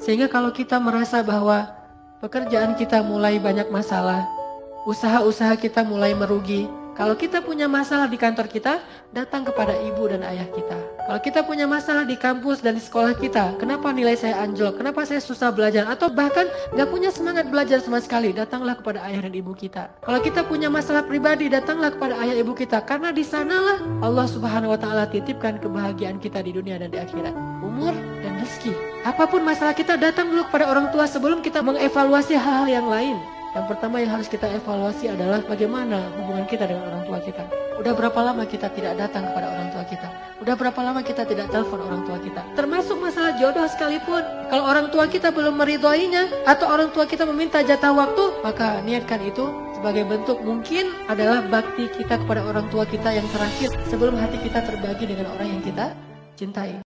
Sehingga kalau kita merasa bahwa pekerjaan kita mulai banyak masalah, usaha-usaha kita mulai merugi, kalau kita punya masalah di kantor kita, datang kepada ibu dan ayah kita. Kalau kita punya masalah di kampus dan di sekolah kita, kenapa nilai saya anjlok, kenapa saya susah belajar, atau bahkan gak punya semangat belajar sama sekali, datanglah kepada ayah dan ibu kita. Kalau kita punya masalah pribadi, datanglah kepada ayah ibu kita, karena di sanalah Allah Subhanahu wa Ta'ala titipkan kebahagiaan kita di dunia dan di akhirat, umur dan rezeki. Apapun masalah kita, datang dulu kepada orang tua sebelum kita mengevaluasi hal-hal yang lain. Yang pertama yang harus kita evaluasi adalah bagaimana hubungan kita dengan orang tua kita. Udah berapa lama kita tidak datang kepada orang tua kita? Udah berapa lama kita tidak telepon orang tua kita? Termasuk masalah jodoh sekalipun. Kalau orang tua kita belum meridhoinya atau orang tua kita meminta jatah waktu, maka niatkan itu sebagai bentuk mungkin adalah bakti kita kepada orang tua kita yang terakhir sebelum hati kita terbagi dengan orang yang kita cintai.